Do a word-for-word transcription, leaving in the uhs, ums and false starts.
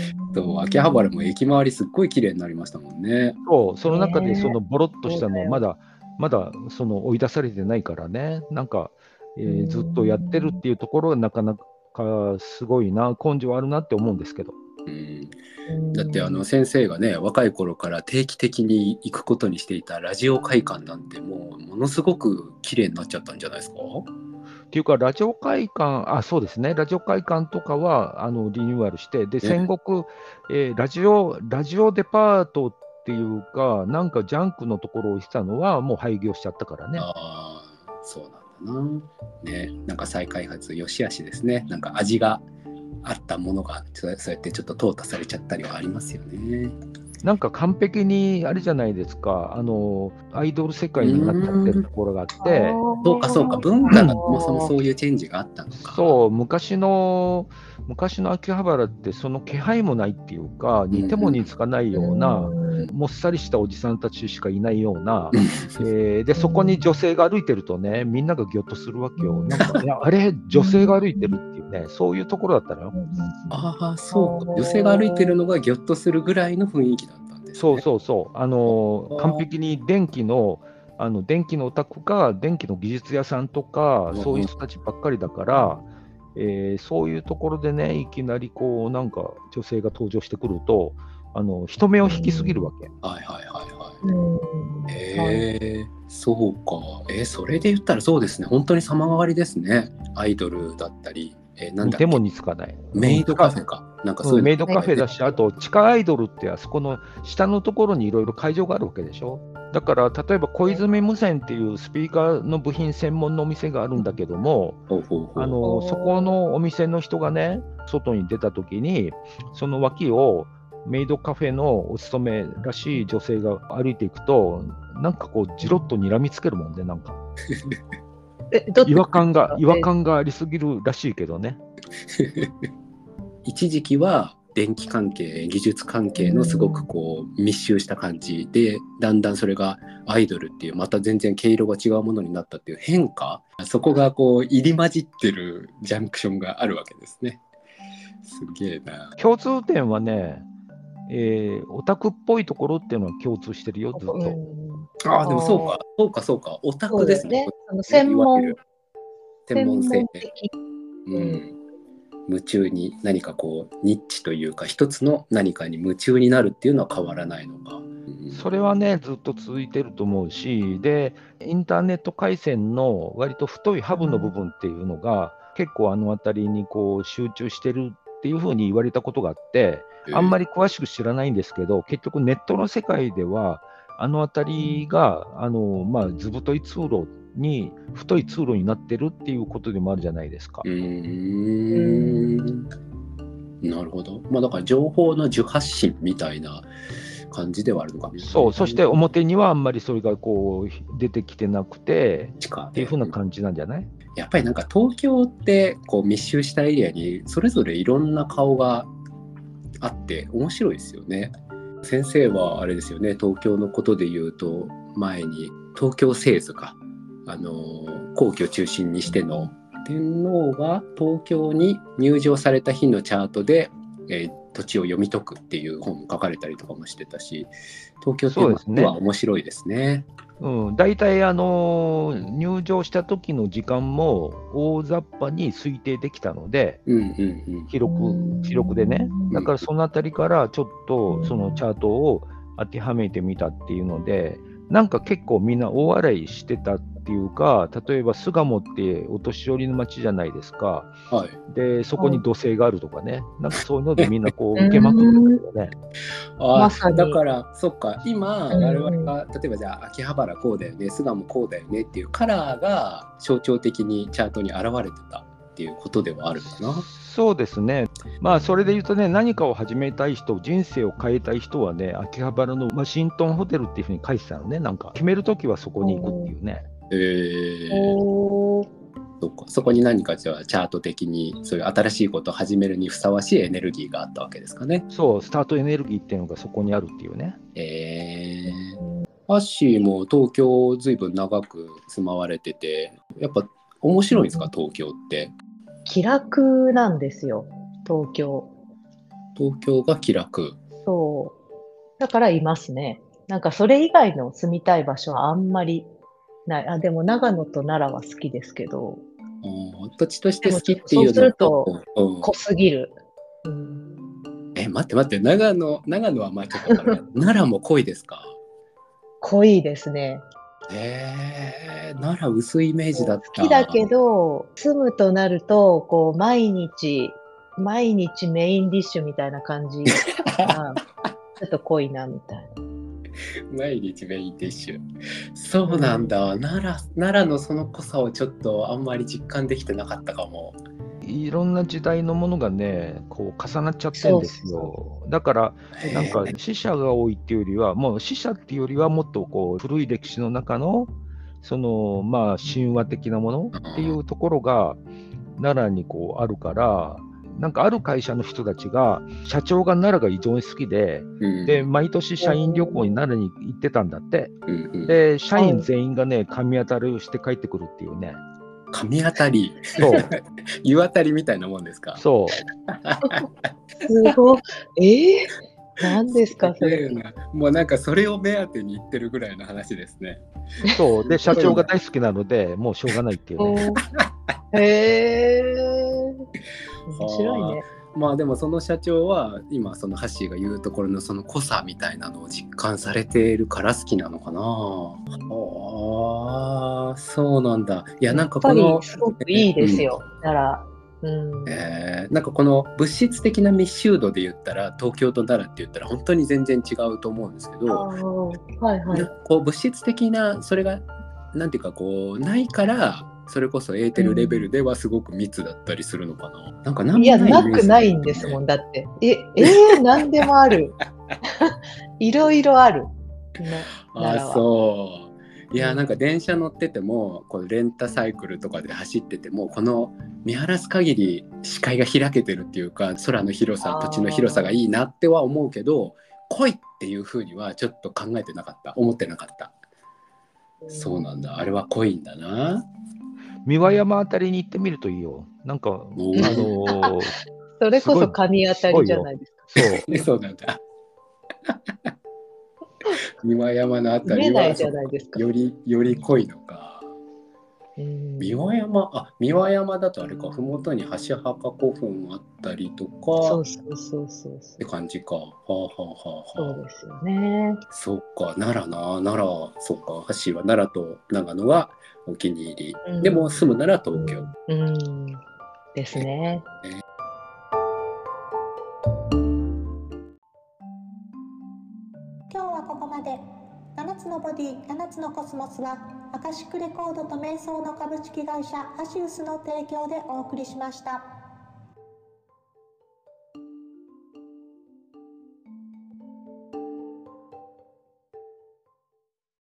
そう、秋葉原も駅周りすっごい綺麗になりましたもんね。 そう、その中でそのボロっとしたのはまだ、まだその追い出されてないからね、なんか、えーずっとやってるっていうところがなかなかすごいな、根性あるなって思うんですけど。 うん、だってあの先生がね、若い頃から定期的に行くことにしていたラジオ会館なんてもうものすごく綺麗になっちゃったんじゃないですか。 っていうか、ラジオ会館、あ、そうですね、ラジオ会館とかはあのリニューアルして、で、戦ね、 国、えーラジオ、ラジオデパートっていうか、なんかジャンクのところをしたのは、もう廃業しちゃったからね。 ああ、そうなんだな。ね、なんか再開発良し悪しですね。なんか味があったものがそうやってちょっと淘汰されちゃったりはありますよね。 なんか完璧にあれじゃないですか、あのアイドル世う界になっちゃってるーん、 ところがあって、 そうかそうか、文化がそもそもそういうチェンジがあったのか。 そう、昔の、昔の秋葉原ってその気配もないっていうか、似ても似つかないような、もっさりしたおじさんたちしかいないような、えーで、そこに女性が歩いてるとね、みんながぎょっとするわけよ。なんか、いや、あれ、女性が歩いてるっていうね、そういうところだったのよ。 ああ、そうか。女性が歩いてるのがギョッとするぐらいの雰囲気だったんですそうね。 そうそう、あの完あ璧に電気の、あの電気のオタクか、電気の技術屋さんとか、そういう人たちばっかりだから、えーそういうところでね、いきなりこう、なんか女性が登場してくると、あの人目を引きすぎるわけ。 はいはいはいはい。へえ、そうか。えー、それで言ったらそうですね。本当に様変わりですね。アイドルだったり、えー、なん似てもだっけ、 似つかない。 メイドカうん、 フェか。なんかうん、 そういうメイドカフェの。 だし、あと地下アイドルってあそこの下のところにいろいろ会場があるわけでしょ。だから例えば小泉無線っていうスピーカーの部品専門のお店があるんだけども、 ほうほうほう。 あのそこのお店の人がね、外に出たときに、その脇をメイドカフェのお勤めらしい女性が歩いていくと、なんかこう、じろっと睨みつけるもんで、なんかえ、どっち違和感が、違和え感がありすぎるらしいけどね。 一時期は電気関係、技術関係のすごくこう密集した感じで、だんだんそれがアイドルっていうまた全然毛色が違うものになったっていう変化、そこがこう入り混じってるジャンクションがあるわけですね。すげえな。 共通点はね、えーオタクっぽいところっていうのは共通してるよ、ずっと。 ああ、でもそうか、そうか、そうか、オタそうクですね。 だよね。あの専門いわゆる専専門性で、 門的。 うん、夢中に何かこうニッチというか一つの何かに夢中になるっていうのは変わらないのか。うん、 それはね、ずっと続いてると思うし、で、インターネット回線の割と太いハブの部分っていうのが、結構あの辺りにこう集中してるっていうふうに言われたことがあって、あんまり詳しく知らないんですけど、結局ネットの世界では、あの辺りが、あのまあ、図太い通路に、太い通路になってるっていうことでもあるじゃないですか。 うーん、なるほど。まあだから情報の受発信みたいな感じではあるのかもしれない。 そう、そして表にはあんまりそれがこう出てきてなくて地下でっていうふうな感じなんじゃない？ やっぱりなんか東京ってこう密集したエリアにそれぞれいろんな顔があって面白いですよね。先生はあれですよね、東京のことで言うと前に東京製図か、あの皇居中心にしての天皇が東京に入場された日のチャートで、えー土地を読み解くっていう本も書かれたりとかもしてたし、東京っていうのは面白いですね。 うん、大体、あのー入場した時の時間も大雑把に推定できたので、 うんうんうん、 記録、記録でね、だからそのあたりからちょっとそのチャートを当てはめてみたっていうので、なんか結構みんな大笑いしてたっていうか、例えば巣鴨ってお年寄りの町じゃないですか。 はい、 で、そこに土星があるとかね、なんかそういうのでみんなこう受けまくってたけどね。 あまさにだからそっか、今うん我々が例えばじゃあ秋葉原こうだよね、巣鴨こうだよねっていうカラーが象徴的にチャートに現れてたっていうことではあるかな。 そうですね。まあ、それで言うとね、何かを始めたい人、人生を変えたい人はね、秋葉原のワシントンホテルっていうふうに書いてたのね、なんか、決めるときはそこに行くっていうね。 えー、 おーそっか、そこに何かじゃあチャート的にそういう新しいことを始めるにふさわしいエネルギーがあったわけですかね。 そう、スタートエネルギーっていうのがそこにあるっていうね。 えー、アッシーも東京ずいぶん長く住まわれてて、やっぱ面白いんですか、東京って。 気楽なんですよ、東京。 東京が気楽。 そう。だからいますね。なんかそれ以外の住みたい場所はあんまりない。あ、でも長野と奈良は好きですけど、 あー土地としてでも好きってそうすいうのるとと、うん濃すぎる。うん、 え、待って待って、長野、長野はまあちょっとわかる。奈良も濃いですか？ 濃いですね。 えー、奈良薄いイメージだ好った。 きだけど、住むとなると、こう、毎日、毎日メインディッシュみたいな感じが、ちょっと濃いな、みたいな。 毎日メインディッシュ。そうなんだ。奈良、奈良のその濃さをちょっとあんまり実感できてなかったかも。 いろんな時代のものがね、こう重なっちゃってるんですよ。だから、なんか死者が多いっていうよりは、もう死者っていうよりは、もっとこう古い歴史の中の、そのまあ神話的なものっていうところが奈良にこうあるから、なんかある会社の人たちが、社長が奈良が異常に好きで、 うんで毎年社員旅行に奈良に行ってたんだって。 うんうん、 で、社員全員がね、神当たりをして帰ってくるっていうね。 神当たり。 そう。 湯当たりみたいなもんですか？ そう。 すごい。えー、何ですか、それ。 もうなんかそれを目当てに言ってるぐらいの話ですね。 そう。で、社長が大好きなので、もうしょうがないっていうね。 へえー、面白いね。 まあでもその社長は今そのハッシーが言うところのその濃さみたいなのを実感されているから好きなのかな。ああ、そうなんだ。いやなんかこのすごくいいですよ。だから、 うんえー、なんかこの物質的な密集度で言ったら東京と奈良って言ったら本当に全然違うと思うんですけど、 はいはい、 こう物質的なそれがなんていうかこうないからそれこそエーテルレベルではすごく密だったりするのかな。うん、なんかなんもないイメージ、ね、 いやなくないんですもんだって。ええー、何でもある。いろいろある。 あ、そう。いやなんか電車乗っててもこうレンタサイクルとかで走っててもこの見晴らす限り視界が開けてるっていうか空の広さ土地の広さがいいなっては思うけど濃いっていう風にはちょっと考えてなかった思ってなかった。そうなんだ、あれは濃いんだな。 三輪山あたりに行ってみるといいよ。なんかあのー、 それこそ神当たりじゃないですか。 そうそうなんだ。三輪山のあたりはよりより濃いのか。三輪山、あ、三輪山だとあれか、ふもとに箸墓古墳あったりとか、 そうそうそうそうって感じか。はあはあはあはあ。 そうですよね。 そっか、奈良な、奈良、そっか、橋は奈良と長野はお気に入り。うん、でも住むなら東京。 うん、うん、ですね。えー今日はここまで。ななつのボディ、ななつのコスモスはアカシックレコードと瞑想の株式会社アシウスの提供でお送りしました。